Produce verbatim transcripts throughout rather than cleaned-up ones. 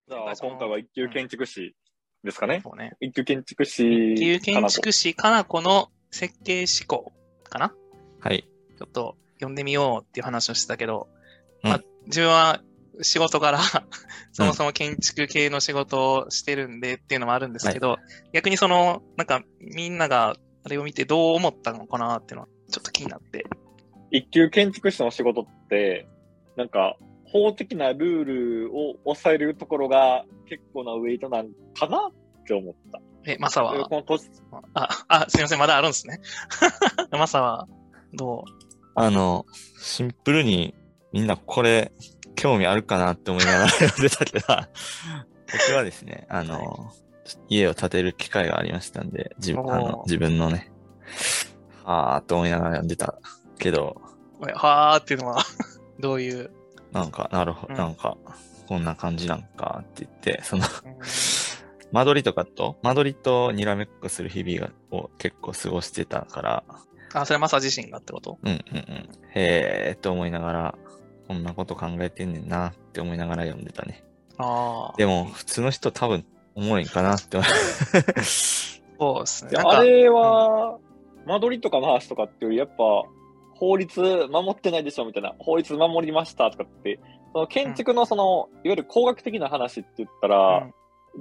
じゃあ、今回は一級建築士ですかね。 そうね。 一級建築士。 一級建築士かな子の設計思考かな。 はい。 ちょっと読んでみようっていう話をしてたけど、 うんまあ、自分は仕事からそもそも建築系の仕事をしてるんでっていうのもあるんですけど、はい、逆にその、なんかみんながあれを見てどう思ったのかなっていうのはちょっと気になって。 一級建築士の仕事って、なんか法的なルールを抑えるところが結構なウェイトなんかなって思った。 え、マサはあ、あ、すいません、まだあるんですね。マサはどう？ あの、シンプルにみんなこれ興味あるかなって思いながら読んでたけど、僕はですね、あの、はい、家を建てる機会がありましたんで、自分、あの、自分のね、はーっと思いながら読んでたけど、 はーっていうのはどういうなんか、なるほど、うん、なんか、こんな感じなんかって言って、その、間取りとかと、間取りとにらめっこする日々を結構過ごしてたから。 あ、それはマサ自身がってこと？ うんうんうん。へーって思いながら、こんなこと考えてんねんなって思いながら読んでたね。 ああ。 でも、普通の人多分、おもろいんかなって思う。 そうですね。 あれは、うん、間取りとかの話とかっていうより、やっぱ、法律守ってないでしょみたいな、法律守りましたとかって、その建築のその、うん、いわゆる工学的な話って言ったら、うん、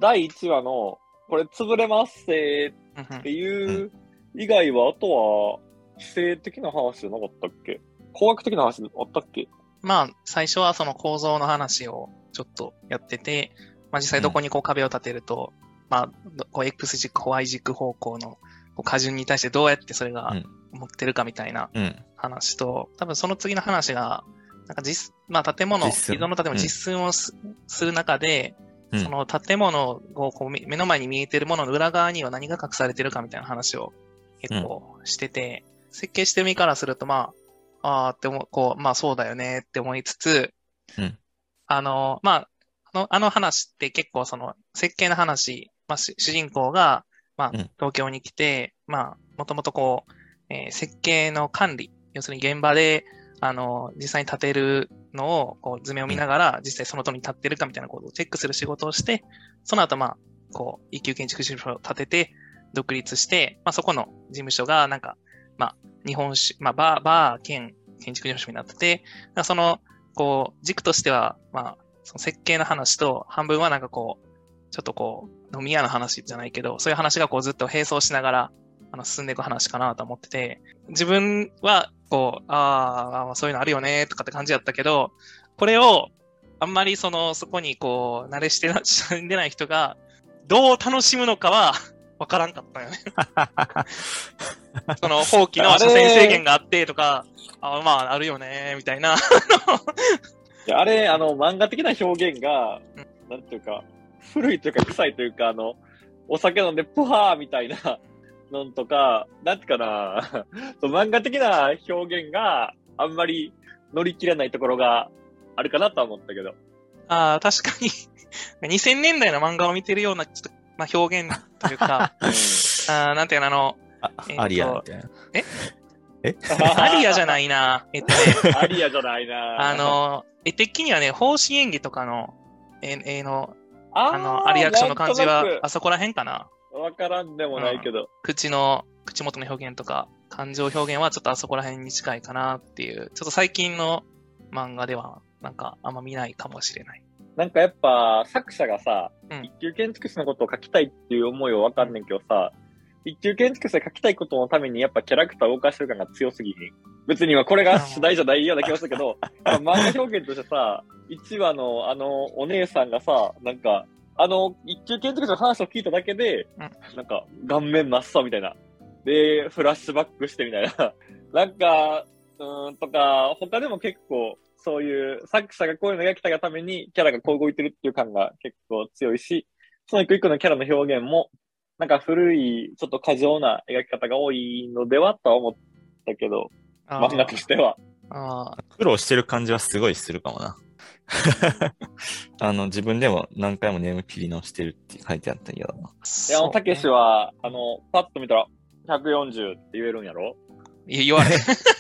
だいいちわの、これ潰れますせーっていう以外は、あとは、規制的な話じゃなかったっけ？工学的な話あったっけ？ まあ、最初はその構造の話をちょっとやってて、まあ実際どこにこう壁を立てると、うん、まあ、こう X 軸、Y 軸方向のこう荷重に対してどうやってそれが持ってるかみたいな話と、うん、多分その次の話が、なんか実、まあ建物、既存の建物実寸を す,、うん、する中で、うん、その建物をこう目の前に見えてるものの裏側には何が隠されてるかみたいな話を結構してて、うん設計してる身からすると、まあ、ああって思う、こう、まあそうだよねって思いつつ、 うん、 あの、まあ、あの、あの話って結構その設計の話、まあ主人公が、まあ東京に来て、うん、まあ、もともとこう、えー、設計の管理、要するに現場で、あの、実際に建てるのを、こう図面を見ながら、実際その通りに建ってるかみたいなことをチェックする仕事をして、その後まあ、こう、一級建築事務所を建てて、独立して、まあそこの事務所がなんか、まあ、日本酒、まあ、バー、バー兼建築事務所になってて、その、こう、軸としては、まあ、その設計の話と、半分はなんかこう、ちょっとこう、飲み屋の話じゃないけど、そういう話がこうずっと並走しながら、あの、進んでいく話かなと思ってて、自分は、こう、ああ、そういうのあるよね、とかって感じだったけど、これを、あんまりその、そこにこう、慣れしてな、死んでない人が、どう楽しむのかは、わからんかったよね。その法規の車線制限があってとか、あまああるよねみたいな。 いやあれあの漫画的な表現が、うん、なんていうか古いというか臭いというかあのお酒飲んでプハーみたいなのとかなんていうかな漫画的な表現があんまり乗り切らないところがあるかなとは思ったけど。 ああ確かににせんねんだいの漫画を見てるようなちょっとまあ、表現というか、あなんていうの、あの、 あえー、アリアみたいな。 ええアリアじゃないな。えっとね。 アリアじゃないな。 あの、絵的にはね、方針演技とかの、絵、絵の、あの、アリアクションの感じは、あそこら辺かな。 わからんでもないけど、うん。 口の、口元の表現とか、感情表現はちょっとあそこら辺に近いかなっていう、ちょっと最近の漫画では、なんかあんま見ないかもしれない。 なんかやっぱ作者がさ、うん、一級建築士のことを書きたいっていう思いはわかんねんけどさ、一級建築士で書きたいことのためにやっぱキャラクターを動かしてる感が強すぎひん。別にはこれが主題じゃないような気がするけど、漫画表現としてさ、いちわのあのお姉さんがさ、なんか、あの一級建築士の話を聞いただけで、うん、なんか顔面真っ青みたいな。で、フラッシュバックしてみたいな。なんか、うーんとか、他でも結構、そういう作者がこういうの描きたいがためにキャラがこう動いてるっていう感が結構強いし、その一個一個のキャラの表現も、なんか古い、ちょっと過剰な描き方が多いのではとは思ったけど、漫画としては。 あ苦労してる感じはすごいするかもな。あの、自分でも何回もネーム切り直してるって書いてあったけど。 いや、あの、たけしは、あの、パッと見たら、ひゃくよんじゅうって言えるんやろ？ 言われ。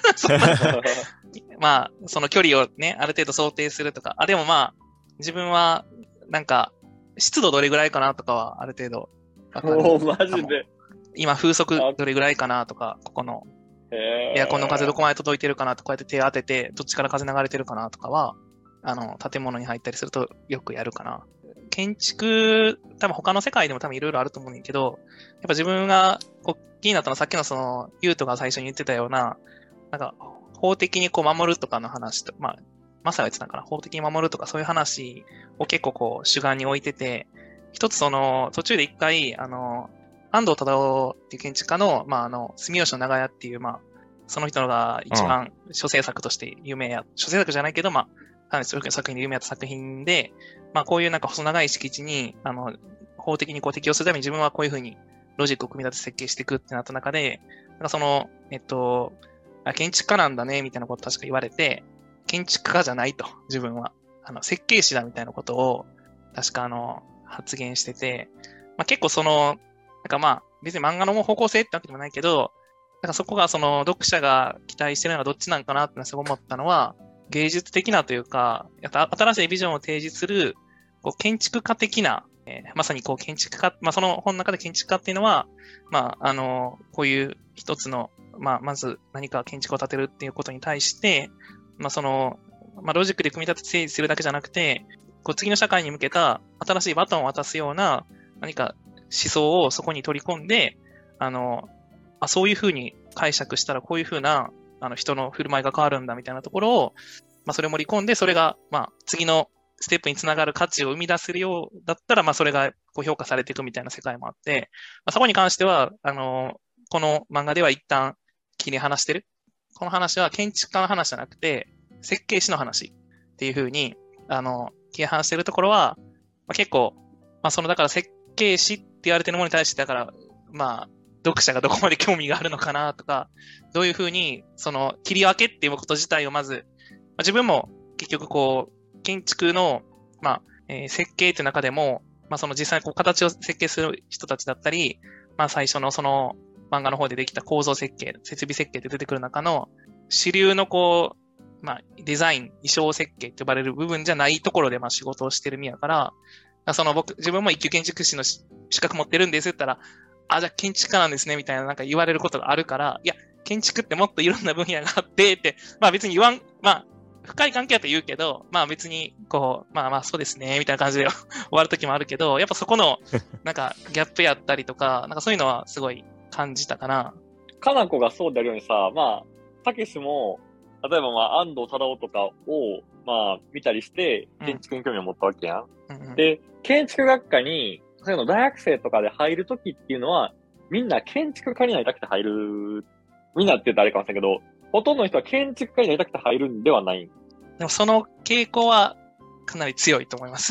まあ、その距離をね、ある程度想定するとか。あ、でもまあ、自分は、なんか、 湿度どれぐらいかなとかはある程度わかる。 おー、マジで。 今風速どれぐらいかなとか、ここのエアコンの風どこまで届いてるかなとこうやって手当てて、どっちから風流れてるかなとかは、あの、建物に入ったりするとよくやるかな。建築、多分他の世界でも多分いろいろあると思うんだけど、やっぱ自分がこう気になったのはさっきのその、ユートが最初に言ってたような、なんか、法的にこう守るとかの話と、まあ、マサが言ってたかな、法的に守るとかそういう話を結構こう主眼に置いてて、一つその、途中で一回、あの、安藤忠雄っていう建築家の、まあ、あの、住吉の長屋っていう、まあ、その人が一番諸制作として有名や、諸制作じゃないけど、まあ、かなりそういう作品で有名やった作品で、まあ、こういうなんか細長い敷地に、あの、法的にこう適用するために自分はこういうふうにロジックを組み立て設計していくってなった中で、なんかその、えっと、あ建築家なんだね、みたいなこと確か言われて、建築家じゃないと、自分は。あの、設計士だみたいなことを、確かあの、発言してて、まあ、結構その、なんかまあ、別に漫画の方向性ってわけでもないけど、なんかそこがその読者が期待してるのはどっちなんかなってすごい思ったのは、芸術的なというか、新しいビジョンを提示する、こう建築家的な、えー、まさにこう建築家、まあその本の中で建築家っていうのは、まああの、こういう一つの、まあまず何か建築を建てるっていうことに対して、まあその、まあロジックで組み立てて整理するだけじゃなくて、こう次の社会に向けた新しいバトンを渡すような何か思想をそこに取り込んで、あの、あ、そういうふうに解釈したらこういうふうなあの人の振る舞いが変わるんだみたいなところを、まあそれを盛り込んで、それがまあ次のステップにつながる価値を生み出せるようだったら、まあそれがこう評価されていくみたいな世界もあって、まあ、そこに関しては、あの、この漫画では一旦切り離してる。この話は建築家の話じゃなくて、設計士の話っていうふうに、あの、切り離してるところは、まあ、結構、まあそのだから設計士って言われてるものに対して、だから、まあ、読者がどこまで興味があるのかなとか、どういうふうに、その切り分けっていうこと自体をまず、まあ、自分も結局こう、建築の、まあ、えー、設計っていう中でも、まあその実際にこう形を設計する人たちだったり、まあ最初のその漫画の方でできた構造設計、設備設計って出てくる中の主流のこう、まあデザイン、衣装設計って呼ばれる部分じゃないところでまあ仕事をしてる身やから、その僕、自分も一級建築士の資格持ってるんですって言ったら、あ、じゃあ建築家なんですねみたいななんか言われることがあるから、いや、建築ってもっといろんな分野があってって、まあ別に言わん、まあ、深い関係だと言うけど、まあ別に、こう、まあまあそうですね、みたいな感じで終わるときもあるけど、やっぱそこの、なんかギャップやったりとか、なんかそういうのはすごい感じたかな。 かなこがそうであるようにさ、まあ、たけしも、例えばまあ安藤忠雄とかを、まあ見たりして、建築に興味を持ったわけやん。うんうん、で、建築学科に、そういうの大学生とかで入るときっていうのは、みんな建築家になりたくて入る、みんなって言ったらあれかもしれないけど、ほとんどの人は建築家になりたくて入るんではない。 でもその傾向はかなり強いと思います。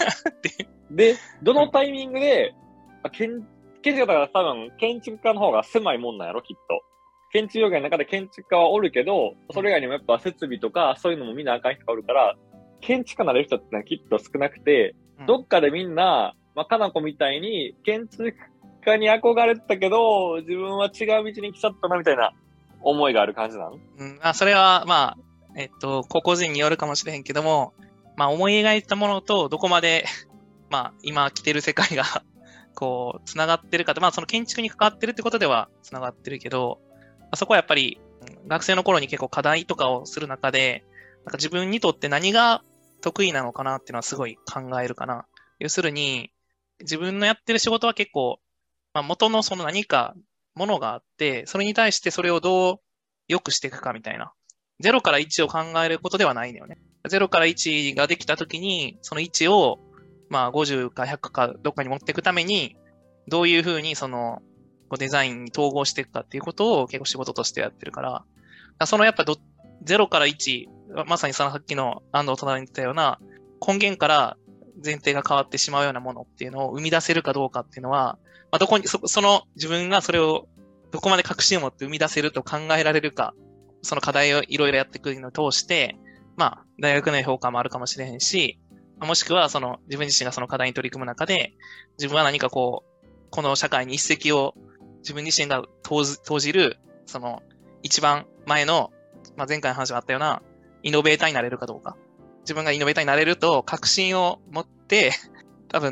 で、どのタイミングで、建建築家だから多分建築家の方が狭いもんなんやろ、きっと。建築業界の中で建築家はおるけど、それ以外にもやっぱ設備とかそういうのもみんなあかん人がおるから、建築家になれる人ってのはきっと少なくて、うん、どっかでみんな、まあ、かなこみたいに建築家に憧れてたけど、自分は違う道に来ちゃったなみたいな思いがある感じなの？ うん、あ、それはまあ、えっと、個々人によるかもしれへんけども、まあ思い描いたものとどこまで、まあ今来てる世界が、こう、繋がってるかって、まあその建築に関わってるってことでは繋がってるけど、そこはやっぱり学生の頃に結構課題とかをする中で、なんか自分にとって何が得意なのかなっていうのはすごい考えるかな。要するに、自分のやってる仕事は結構、まあ元のその何かものがあって、それに対してそれをどう良くしていくかみたいな。ゼロからいちを考えることではないんだよね。ゼロからいちができたときに、そのいちを、まあごじゅうかひゃくかどっかに持っていくために、どういうふうにその、デザインに統合していくかっていうことを結構仕事としてやってるから、からそのやっぱど、ゼロからいち、まさにそのさっきの安藤隣に言ったような、根源から前提が変わってしまうようなものっていうのを生み出せるかどうかっていうのは、まあどこに、そ、その自分がそれをどこまで確信を持って生み出せると考えられるか、その課題をいろいろやっていくのを通して、まあ、大学の評価もあるかもしれへんし、もしくはその自分自身がその課題に取り組む中で、自分は何かこう、この社会に一石を自分自身が投じ、投じる、その一番前の、まあ、前回の話があったような、イノベーターになれるかどうか。自分がイノベーターになれると確信を持って、多分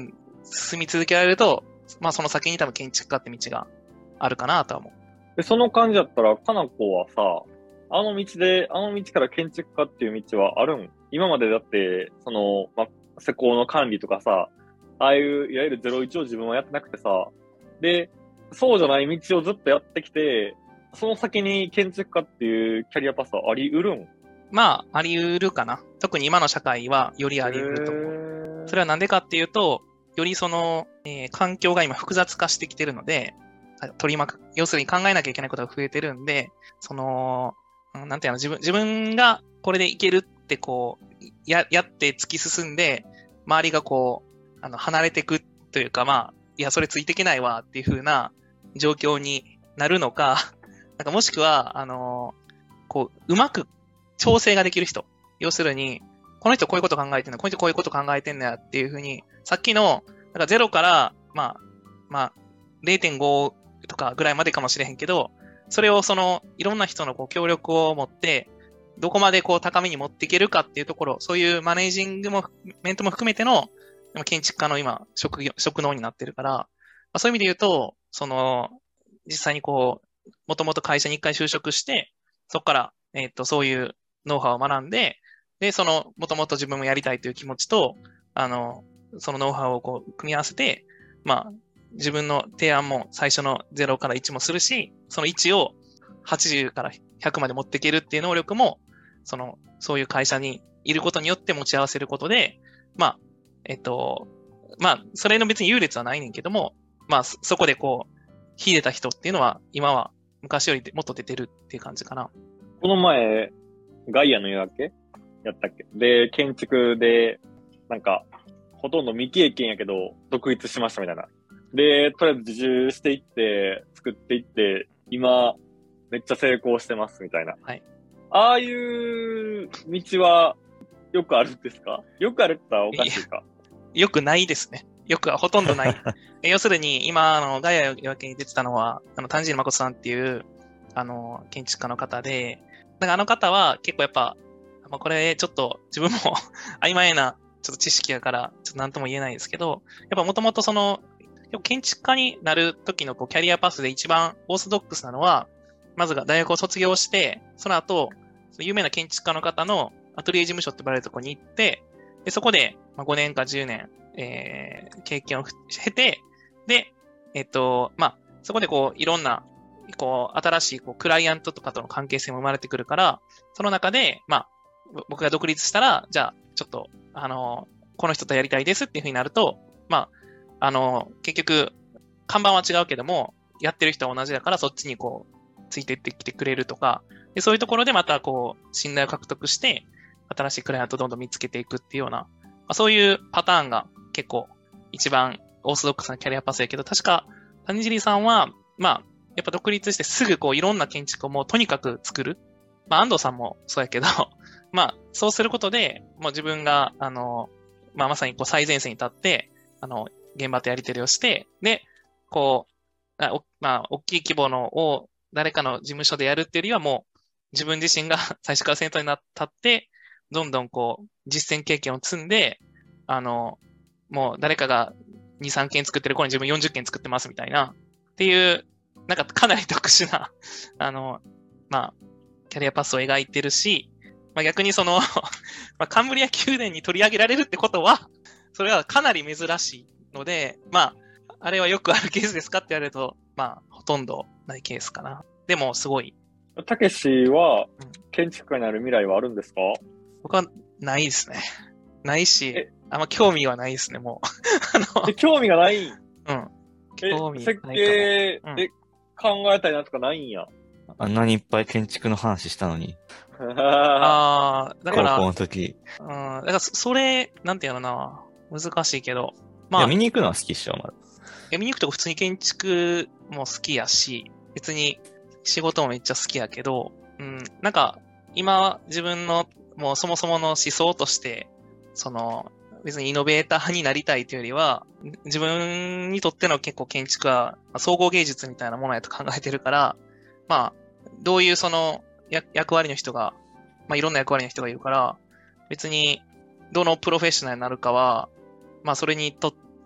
進み続けられると、まあその先に多分建築家って道があるかなとは思う。 で、その感じだったら、かなこはさ、あの道で、あの道から建築家っていう道はあるん？今までだって、その、ま、施工の管理とかさ、ああいう、いわゆるゼロイチを自分はやってなくてさ、で、そうじゃない道をずっとやってきて、その先に建築家っていうキャリアパスはあり得るん？ まあ、あり得るかな。特に今の社会はよりあり得ると思う。それはなんでかっていうと、よりその、えー、環境が今複雑化してきてるので、取り巻く、要するに考えなきゃいけないことが増えてるんで、その、なんていうの、自分、自分がこれでいけるってこう、や、やって突き進んで、周りがこう、あの、離れていくというか、まあ、いや、それついていけないわっていう風な状況になるのか、なんかもしくは、あの、こう、うまく調整ができる人。要するに、この人こういうこと考えてんの、この人こういうこと考えてんのやっていう風に、さっきの、なんかゼロから、まあ、まあ、れいてんご とかぐらいまでかもしれへんけど、それをその、いろんな人のこう協力を持って、どこまでこう高みに持っていけるかっていうところ、そういうマネージングも、メントも含めての、建築家の今、職業、職能になってるから、まあ、そういう意味で言うと、その、実際にこう、もともと会社に一回就職して、そこから、えっと、そういうノウハウを学んで、で、その、もともと自分もやりたいという気持ちと、あの、そのノウハウをこう、組み合わせて、まあ、自分の提案も最初のゼロからいちもするし、そのいちをはちじゅうからひゃくまで持っていけるっていう能力も、その、そういう会社にいることによって持ち合わせることで、まあ、えっと、まあ、それの別に優劣はないねんけども、まあ、そこでこう、秀でた人っていうのは、今は昔よりもっと出てるっていう感じかな。 この前、ガイアの夜明けやったっけで、建築で、なんか、ほとんど未経験やけど、独立しましたみたいな。で、とりあえず自重していって、作っていって、今、めっちゃ成功してますみたいな。 はい。 ああいう道は、よくあるんですか？よくあるって言ったらおかしいか。 よくないですね。よくはほとんどない。要するに、今、あの、ガイア夜明けに出てたのは、あの、丹尻誠さんっていう、あの、建築家の方で、だからあの方は結構やっぱ、まあ、これちょっと自分も曖昧なちょっと知識やから、ちょっとなんとも言えないですけど、やっぱもともとその、建築家になる時のこうキャリアパスで一番オーソドックスなのは、まずが大学を卒業して、その後、有名な建築家の方のアトリエ事務所って呼ばれるところに行って、でそこでごねんかじゅうねん、えー、経験を経て、で、えっと、まあ、そこでこう、いろんな、こう、新しいこうクライアントとかとの関係性も生まれてくるから、その中で、まあ、僕が独立したら、じゃあ、ちょっと、あの、この人とやりたいですっていう風になると、まあ、あの、結局、看板は違うけども、やってる人は同じだから、そっちにこう、ついてってきてくれるとか、でそういうところでまたこう、信頼を獲得して、新しいクライアントをどんどん見つけていくっていうような、まあ、そういうパターンが結構、一番オーソドックスなキャリアパスやけど、確か、谷尻さんは、まあ、やっぱ独立してすぐこう、いろんな建築をもうとにかく作る。まあ、安藤さんもそうやけど、まあ、そうすることで、もう自分が、あの、まあ、まさにこう最前線に立って、あの、現場とやり取りをして、で、こう、あまあ、大きい規模のを誰かの事務所でやるっていうよりはもう、自分自身が最初から先頭にな立って、どんどんこう、実践経験を積んで、あの、もう誰かがに、さんけん作ってる頃に自分よんじゅっけん作ってますみたいな、っていう、なんかかなり特殊な、あの、まあ、キャリアパスを描いてるし、まあ、逆にその、まあ、カンブリア宮殿に取り上げられるってことは、それはかなり珍しいので、まあ、あれはよくあるケースですかって言われると、まあ、ほとんどないケースかな。でも、すごい。 たけしは、建築家になる未来はあるんですか？ 僕はないですね。ないし、あんま興味はないですね、もう。あの興味がない？ うん。興味ない設計で考えたいなとかないんや。 あんなにいっぱい建築の話したのに。 ああ、だから。 高校の時。 うん。だからそれ、なんていうのな、難しいけど。 まあ。いや、見に行くのは好きっしょ、まだ。いや、見に行くと普通に建築も好きやし、別に仕事もめっちゃ好きやけど、うん。なんか、今、自分の、もうそもそもの思想として、その、別にイノベーターになりたいというよりは、自分にとっての結構建築は総合芸術みたいなものやと考えてるから、まあ、どういうその役割の人が、まあいろんな役割の人がいるから、別にどのプロフェッショナルになるかは、まあそれにとよっ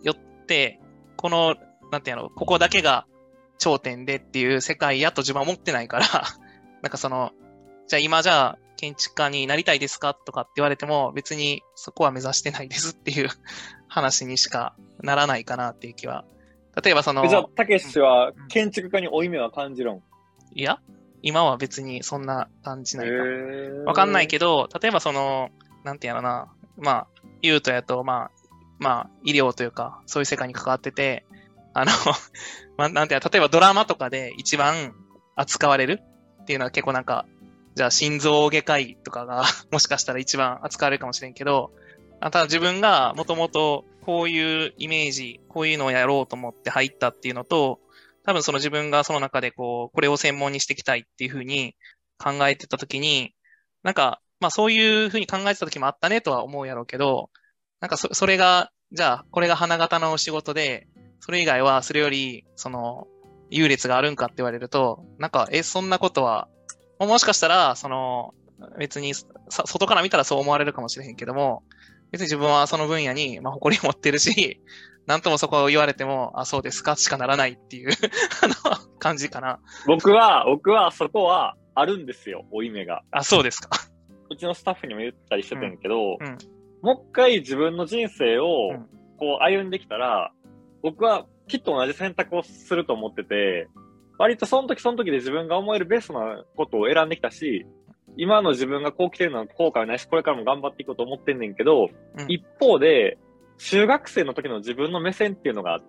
て、この、なんていうの、ここだけが頂点でっていう世界やと自分は思ってないから、なんかその、じゃあ今じゃあ建築家になりたいですかとかって言われても別にそこは目指してないですっていう話にしかならないかなっていう気は。例えばその。 じゃあ、たけしは建築家に負い目は感じるん？ いや、今は別にそんな感じないか。わかんないけど、例えばその、なんていうのな、まあ、ユートやと、まあ、まあ、医療というか、そういう世界に関わってて、あの、まあ、なんていうの、例えばドラマとかで一番扱われるっていうのは結構なんか、じゃあ心臓外科医とかがもしかしたら一番扱われるかもしれんけど、ただ自分がもともとこういうイメージ、こういうのをやろうと思って入ったっていうのと、多分その自分がその中でこう、これを専門にしていきたいっていうふうに考えてたときに、なんか、まあそういうふうに考えてた時もあったねとは思うやろうけど、なんかそ、それが、じゃあこれが花形の仕事で、それ以外はそれより、その、優劣があるんかって言われると、なんか、え、そんなことは、もしかしたら、その、別に、外から見たらそう思われるかもしれへんけども、別に自分はその分野に、まあ、誇りを持ってるし、なんともそこを言われても、あ、そうですかしかならないっていうあの、感じかな。 僕は、僕はそこはあるんですよ、負い目が。 あ、そうですか。 うちのスタッフにも言ったりしてたんやけど、 うんうん、 もう一回自分の人生を、こう歩んできたら、僕はきっと同じ選択をすると思ってて、割とその時その時で自分が思えるベストなことを選んできたし、今の自分がこう来てるのは後悔はないし、これからも頑張っていこうと思ってんねんけど、うん、一方で、中学生の時の自分の目線っていうのがあって、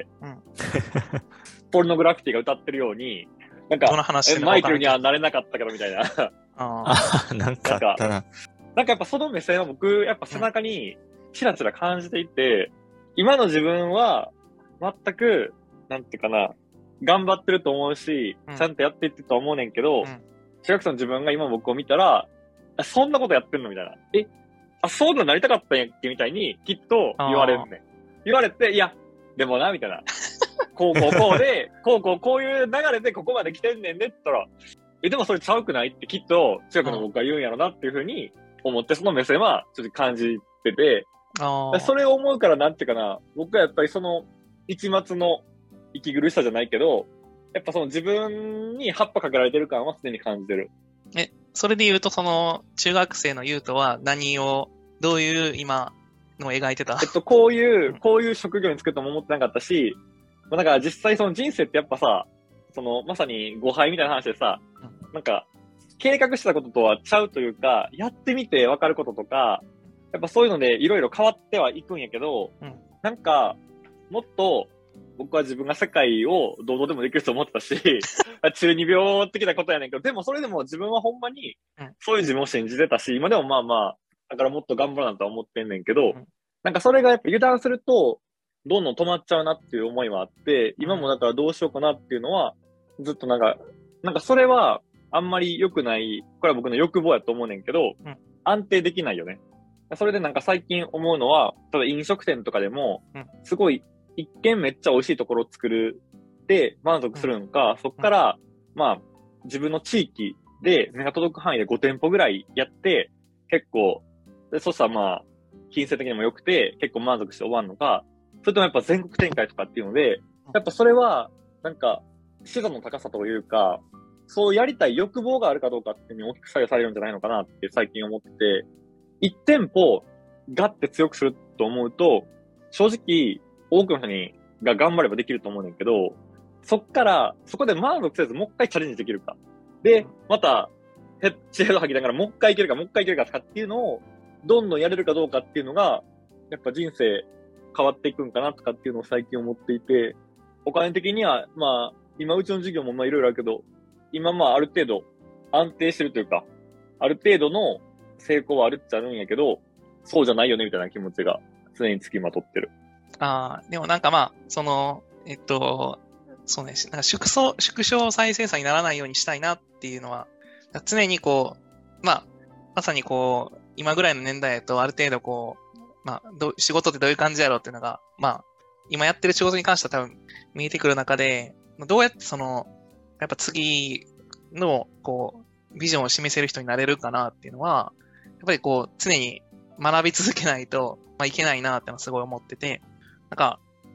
うん、ポルノグラフィティが歌ってるように、なんか、マイケルにはなれなかったけどみたいな。 ああ、なんかあったな。 なんかやっぱその目線は僕、やっぱ背中にチラチラ感じていて、今の自分は全く、なんていうかな、頑張ってると思うし、ちゃんとやっていってると思うねんけど、うん、中学生の自分が今僕を見たら、そんなことやってんのみたいな。えあ、そうなりたかったんやっけみたいに、きっと言われるねん。言われて、いや、でもな、みたいな。こうこうこうで、こうこうこういう流れでここまで来てんねんねって言ったら、え、でもそれちゃうくないってきっと中学の僕が言うんやろなっていうふうに思って、その目線はちょっと感じてて、それを思うからなんていうかな、僕はやっぱりその一末の息苦しさじゃないけど、やっぱその自分に葉っぱかけられてる感は常に感じてる。 え、それで言うとその中学生のユウトは何を、どういう今のを描いてた？ えっと、こういう、こういう職業に就くとも思ってなかったし、まあ、なんか実際その人生ってやっぱさ、そのまさに誤配みたいな話でさ、なんか計画してたこととはちゃうというか、やってみて分かることとか、やっぱそういうのでいろいろ変わってはいくんやけど、うん、なんかもっと僕は自分が世界をどうどうでもできると思ってたし、中二病的なことやねんけど、でもそれでも自分はほんまにそういう自分を信じてたし、今でもまあまあ、だからもっと頑張らなとは思ってんねんけど、うん、なんかそれがやっぱ油断すると、どんどん止まっちゃうなっていう思いはあって、今もだからどうしようかなっていうのは、ずっとなんか、なんかそれはあんまり良くない、これは僕の欲望やと思うねんけど、うん、安定できないよね。それでなんか最近思うのは、ただ飲食店とかでも、すごい一見めっちゃ美味しいところを作るで満足するのか、うん、そこから、まあ自分の地域で目が届く範囲でご店舗ぐらいやって、結構、でそしたらまあ、金銭的にも良くて結構満足して終わるのか、それともやっぱ全国展開とかっていうので、やっぱそれは、なんか、視座の高さというか、そうやりたい欲望があるかどうかっていうのに大きく左右されるんじゃないのかなって最近思ってて、一店舗ガッて強くすると思うと、正直多くの人にが頑張ればできると思うねんけど、そっから、そこで満足せずもう一回チャレンジできるか。で、また、ヘッチヘッド吐きながらもう一回いけるかもう一回いけるかっていうのを、どんどんやれるかどうかっていうのが、やっぱ人生、変わっていくんかなとかっていうのを最近思っていて、お金的には、まあ、今うちの事業もまあいろいろあるけど、今まあある程度安定してるというか、ある程度の成功はあるっちゃあるんやけど、そうじゃないよねみたいな気持ちが常につきまとってる。 ああ、でもなんかまあ、その、えっと、そうね、なんか縮小、縮小再生産にならないようにしたいなっていうのは、常にこう、まあ、まさにこう、今ぐらいの年代だとある程度こう、まあ、ど仕事ってどういう感じやろうっていうのが、まあ、今やってる仕事に関しては多分見えてくる中で、どうやってその、やっぱ次の、こう、ビジョンを示せる人になれるかなっていうのは、やっぱりこう、常に学び続けないと、まあ、いけないなってのはすごい思ってて、なんか、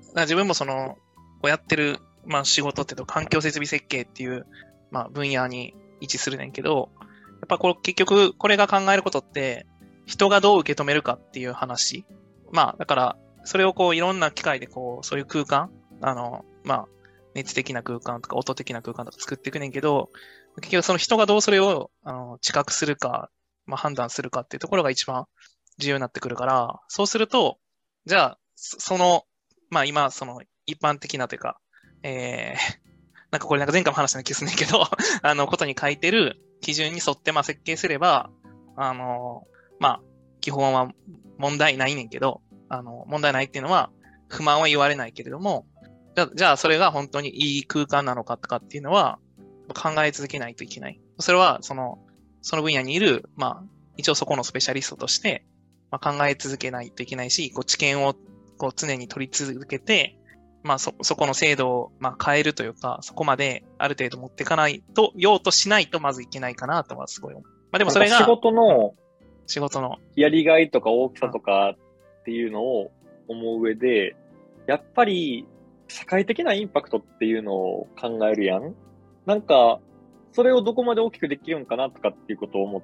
ら自分もその、こうやってる、まあ仕事っていうと環境設備設計っていう、まあ分野に位置するねんけど、やっぱこれ結局これが考えることって、人がどう受け止めるかっていう話。まあだから、それをこういろんな機会でこう、そういう空間、あの、まあ、熱的な空間とか音的な空間とか作っていくねんけど、結局その人がどうそれを、あの、知覚するか、まあ判断するかっていうところが一番重要になってくるから、そうすると、じゃあ、その、まあ今、その一般的なというか、えー、なんかこれなんか前回も話したような気がするんだけど、あの、ことに書いてる基準に沿ってまあ設計すれば、あの、まあ、基本は問題ないねんけど、あの、問題ないっていうのは不満は言われないけれども、じゃあ、じゃあそれが本当にいい空間なのかとかっていうのは考え続けないといけない。それは、その、その分野にいる、まあ、一応そこのスペシャリストとして、まあ、考え続けないといけないし、こう知見をこう常に取り続けて、まあそ、そこの制度をまあ変えるというか、そこまである程度持っていかないと、ようとしないとまずいけないかなとはすごい思う。まあでもそれが、 仕事の、 仕事の、 やりがいとか大きさとかっていうのを思う上で、やっぱり社会的なインパクトっていうのを考えるやん。なんか、それをどこまで大きくできるんかなとかっていうことを思って、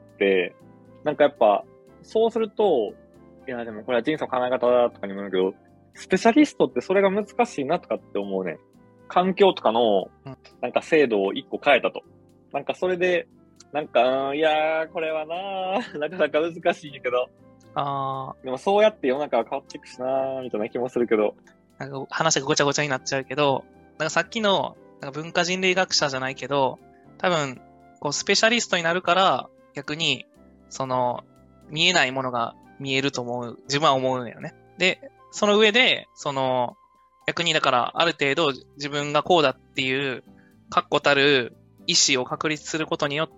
なんかやっぱ、そうすると、いやでもこれは人生の考え方とかにもよるけど、スペシャリストってそれが難しいなとかって思うね。環境とかの、なんか制度を一個変えたと。なんかそれで、なんか、いやー、これはなー、なかなか難しいんやけど。 あでもそうやって世の中は変わっていくしなー、みたいな気もするけど。 なんか話がごちゃごちゃになっちゃうけど、なんかさっきのなんか文化人類学者じゃないけど、多分、こうスペシャリストになるから、逆に、その、見えないものが見えると思う、自分は思うんだよね。で、その上で、その、逆にだから、ある程度自分がこうだっていう、確固たる意思を確立することによって、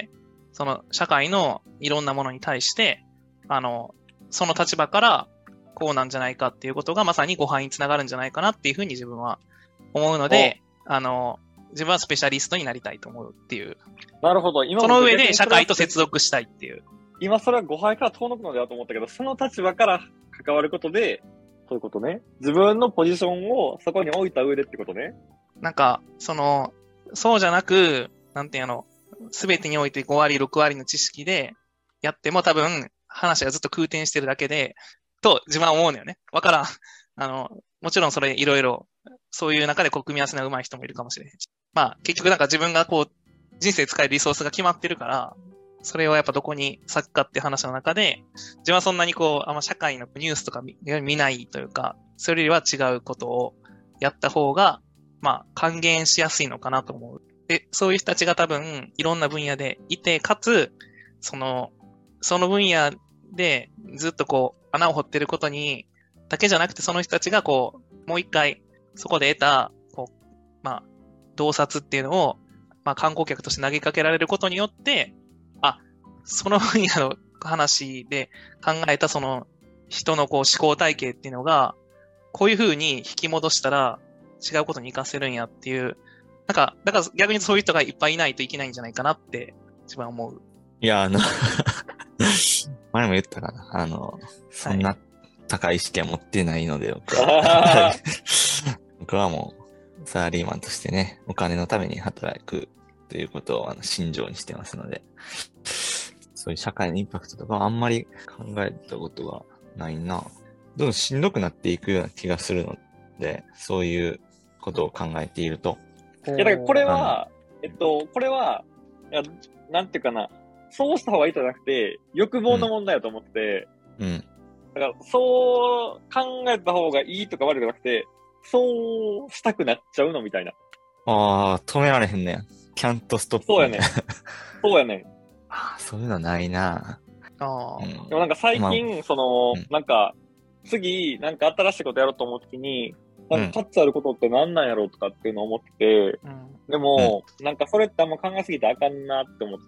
その社会のいろんなものに対して、あの、その立場からこうなんじゃないかっていうことがまさに誤判につながるんじゃないかなっていうふうに自分は思うので、あの、自分はスペシャリストになりたいと思うっていう。 なるほど。今その上で社会と接続したいっていう。 今それは誤解から遠のくのではと思ったけど、その立場から関わることで、そういうことね。自分のポジションをそこに置いた上でってことね。 なんか、その、そうじゃなく、なんていうの、すべてにおいてご割、ろく割の知識でやっても多分話がずっと空転してるだけで、と自分は思うのよね。わからん。あの、もちろんそれいろいろ、そういう中でこう組み合わせが上手い人もいるかもしれへんし。まあ結局なんか自分がこう、人生使えるリソースが決まってるから、それをやっぱどこに割くかっていう話の中で、自分はそんなにこう、あんま社会のニュースとか 見, 見ないというか、それよりは違うことをやった方が、まあ還元しやすいのかなと思う。で、そういう人たちが多分いろんな分野でいて、かつ、その、その分野でずっとこう、穴を掘ってることに、だけじゃなくてその人たちがこう、もう一回、そこで得た、こう、まあ、洞察っていうのを、まあ観光客として投げかけられることによって、あ、その分野の話で考えたその人のこう思考体系っていうのが、こういう風に引き戻したら違うことに活かせるんやっていう、なんか、だから逆にそういう人がいっぱいいないといけないんじゃないかなって自分は思う。 いや、あの、前も言ったかな。あの、そんな高い意識は持ってないので、僕は。僕はもう、サラリーマンとしてね、お金のために働くということをあの信条にしてますので、そういう社会のインパクトとかあんまり考えたことがないな。どんどんしんどくなっていくような気がするので、そういうことを考えていると。 いや、だからこれは、えっと、これは、いや、なんていうかな、そうした方がいいじゃなくて、欲望の問題だと思ってて、 うん。 だから、そう考えた方がいいとか悪くなくて、そうしたくなっちゃうのみたいな。 ああ、止められへんねん。キャントストップ。 そうやねん。そうやねん。 ああ、そういうのないな。 ああ、 うん、 でもなんか最近、 まあ、 その、 うん、 なんか、次、なんか新しいことやろうと思うときに、なんか価値あることって何なんやろうとかっていうのを思ってて、うん、でも、うん、なんかそれってあんま考えすぎてあかんなって思って、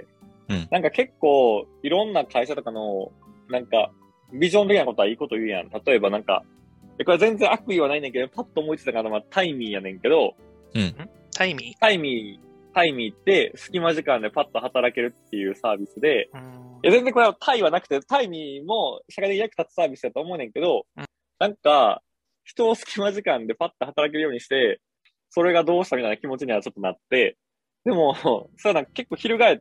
うん、なんか結構、いろんな会社とかの、なんか、ビジョン的なことはいいこと言うやん。例えばなんか、これ全然悪意はないねんけど、パッと思いついたから、まあ、タイミーやねんけど、 うん。タイミータイミー、タイミーって隙間時間でパッと働けるっていうサービスで、うん、いや全然これはタイはなくて、タイミーも社会的に役立つサービスだと思うねんけど、うん、なんか、 人を隙間時間でパッと働けるようにして、それがどうしたみたいな気持ちにはちょっとなって、でも、それはなんか結構翻って、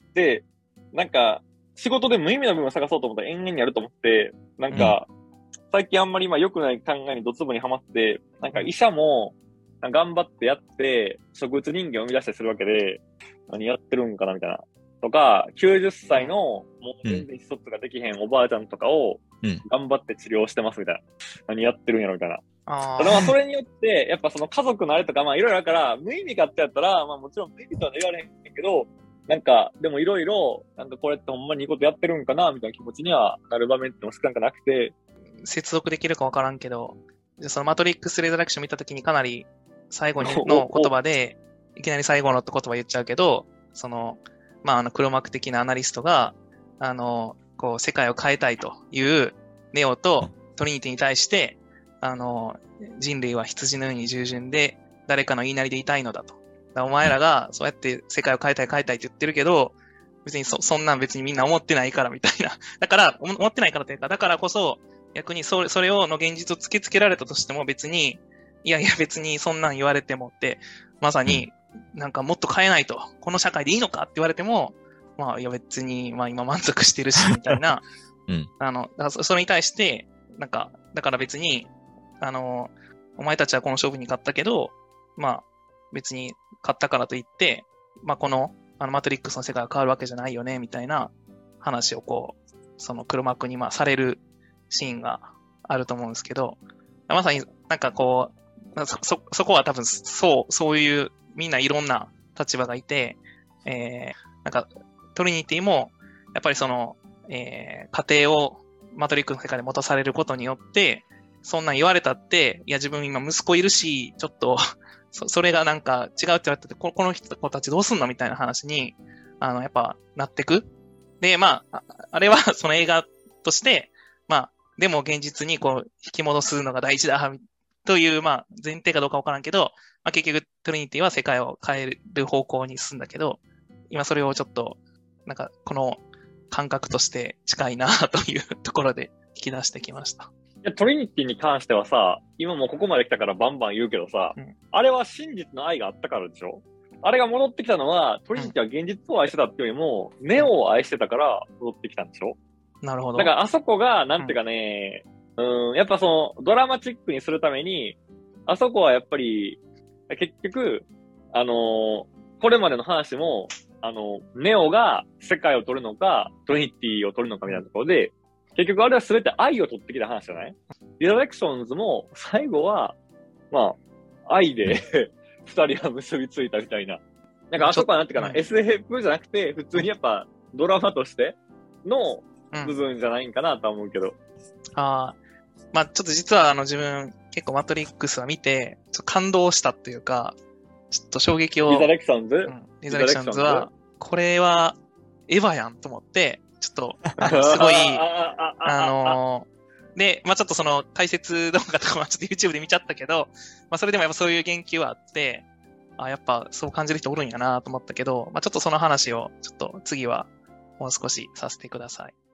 なんか、仕事で無意味な部分を探そうと思ったら延々にやると思って、なんか、うん、最近あんまり今良くない考えにドツボにはまって、なんか医者も頑張ってやって、植物人間を生み出したりするわけで、何やってるんかなみたいな。とか、きゅうじゅっさいのもう全然一つができへんおばあちゃんとかを頑張って治療してますみたいな。何やってるんやろみたいな。ただまあそれによって、やっぱその家族のあれとかまあいろいろあるから、無意味かってやったら、まあもちろん無意味とは言われへんけど、なんか、でもいろいろ、なんかこれってほんまにいいことやってるんかなみたいな気持ちにはなる場面っても少なくなくて。 接続できるかわからんけど、そのマトリックスレザレクション見たときにかなり最後の言葉で、いきなり最後のって言葉言っちゃうけど、その、まああの黒幕的なアナリストが、あの、こう世界を変えたいというネオとトリニティに対して、あの、人類は羊のように従順で誰かの言いなりでいたいのだと。お前らがそうやって世界を変えたい変えたいって言ってるけど、別に そ, そんなん別にみんな思ってないからみたいな。だから、思ってないからというか、だからこそ、逆にそれ、それをの現実を突きつけられたとしても別に、いやいや別にそんなん言われてもって、まさになんかもっと変えないと、この社会でいいのかって言われても、まあいや別に、まあ今満足してるし、みたいな。うん、あの、だからそれに対して、なんか、だから別に、あの、お前たちはこの勝負に勝ったけど、まあ別に勝ったからといって、まあこの、あのマトリックスの世界が変わるわけじゃないよね、みたいな話をこう、その黒幕にまあされるシーンがあると思うんですけど、まさになんかこう、そ、そ、そこは多分そう、そういうみんないろんな立場がいて、えー、なんかトリニティもやっぱりその、えー、家庭をマトリックスの世界で持たされることによって、そんなん言われたって、いや自分今息子いるし、ちょっとそ、それがなんか違うって言われてて、この人たちどうすんのみたいな話に、あの、やっぱなってく。で、まあ、あれはその映画として、まあ、でも現実にこう、引き戻すのが大事だ、という、まあ、前提かどうかわからんけど、まあ結局トリニティは世界を変える方向に進んだけど、今それをちょっと、なんか、この感覚として近いな、というところで引き出してきました。 いや、トリニティに関してはさ、今もうここまで来たからバンバン言うけどさ、うん、あれは真実の愛があったからでしょ？あれが戻ってきたのは、トリニティは現実を愛してたっていうよりも、うん、ネオを愛してたから戻ってきたんでしょ？ なるほど。 だからあそこが、なんていうかね、うん、うん、やっぱその、ドラマチックにするために、あそこはやっぱり、結局、あのー、これまでの話も、あの、ネオが世界を取るのか、トリニティを取るのかみたいなところで、結局あれは全て愛を取ってきた話じゃない？リザレクションズも最後は、まあ、愛で二人が結びついたみたいな。なんかあそこはなんていうかな、うん、エスエフ じゃなくて、普通にやっぱドラマとしての部分じゃないんかなとは思うけど。うん、 ああ。まあちょっと実はあの自分結構マトリックスは見て、ちょっと感動したっていうか、ちょっと衝撃を。 リザレクションズ、 うん、リザレクションズは、これはエヴァやんと思って、ちょっと、すごい、あのー、で、まあちょっとその解説動画とかはちょっと YouTube で見ちゃったけど、まあそれでもやっぱそういう言及はあって、あ、やっぱそう感じる人おるんやなと思ったけど、まあちょっとその話をちょっと次はもう少しさせてください。